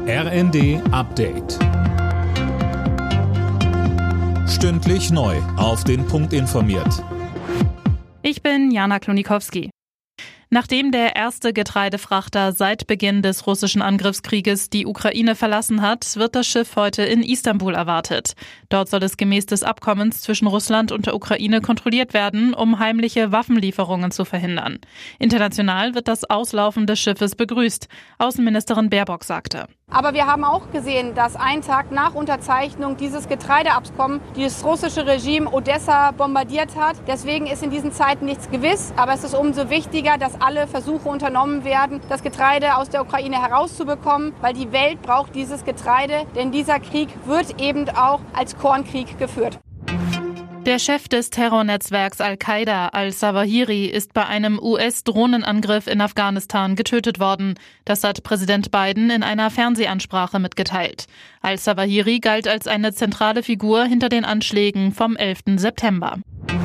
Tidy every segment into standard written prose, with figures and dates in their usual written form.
RND Update. Stündlich neu auf den Punkt informiert. Ich bin Jana Klonikowski. Nachdem der erste Getreidefrachter seit Beginn des russischen Angriffskrieges die Ukraine verlassen hat, wird das Schiff heute in Istanbul erwartet. Dort soll es gemäß des Abkommens zwischen Russland und der Ukraine kontrolliert werden, um heimliche Waffenlieferungen zu verhindern. International wird das Auslaufen des Schiffes begrüßt. Außenministerin Baerbock sagte: Aber wir haben auch gesehen, dass einen Tag nach Unterzeichnung dieses Getreideabkommens das russische Regime Odessa bombardiert hat. Deswegen ist in diesen Zeiten nichts gewiss. Aber es ist umso wichtiger, dass alle Versuche unternommen werden, das Getreide aus der Ukraine herauszubekommen, weil die Welt braucht dieses Getreide, denn dieser Krieg wird eben auch als Kornkrieg geführt. Der Chef des Terrornetzwerks Al-Qaida, al-Zawahiri, ist bei einem US-Drohnenangriff in Afghanistan getötet worden. Das hat Präsident Biden in einer Fernsehansprache mitgeteilt. Al-Zawahiri galt als eine zentrale Figur hinter den Anschlägen vom 11. September.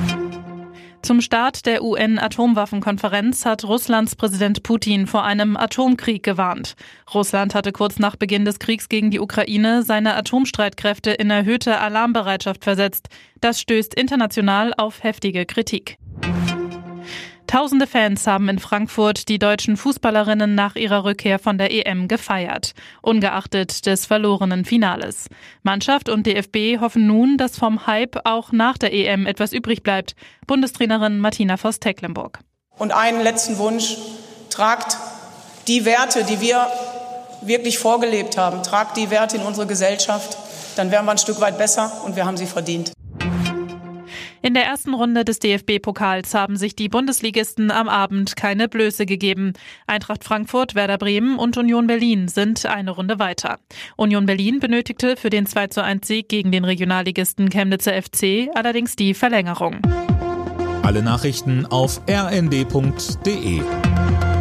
Zum Start der UN-Atomwaffenkonferenz hat Russlands Präsident Putin vor einem Atomkrieg gewarnt. Russland hatte kurz nach Beginn des Kriegs gegen die Ukraine seine Atomstreitkräfte in erhöhte Alarmbereitschaft versetzt. Das stößt international auf heftige Kritik. Tausende Fans haben in Frankfurt die deutschen Fußballerinnen nach ihrer Rückkehr von der EM gefeiert, ungeachtet des verlorenen Finales. Mannschaft und DFB hoffen nun, dass vom Hype auch nach der EM etwas übrig bleibt. Bundestrainerin Martina Voss-Tecklenburg. Und einen letzten Wunsch: Tragt die Werte, die wir wirklich vorgelebt haben, tragt die Werte in unsere Gesellschaft, dann wären wir ein Stück weit besser und wir haben sie verdient. In der ersten Runde des DFB-Pokals haben sich die Bundesligisten am Abend keine Blöße gegeben. Eintracht Frankfurt, Werder Bremen und Union Berlin sind eine Runde weiter. Union Berlin benötigte für den 2:1-Sieg gegen den Regionalligisten Chemnitzer FC allerdings die Verlängerung. Alle Nachrichten auf rnd.de.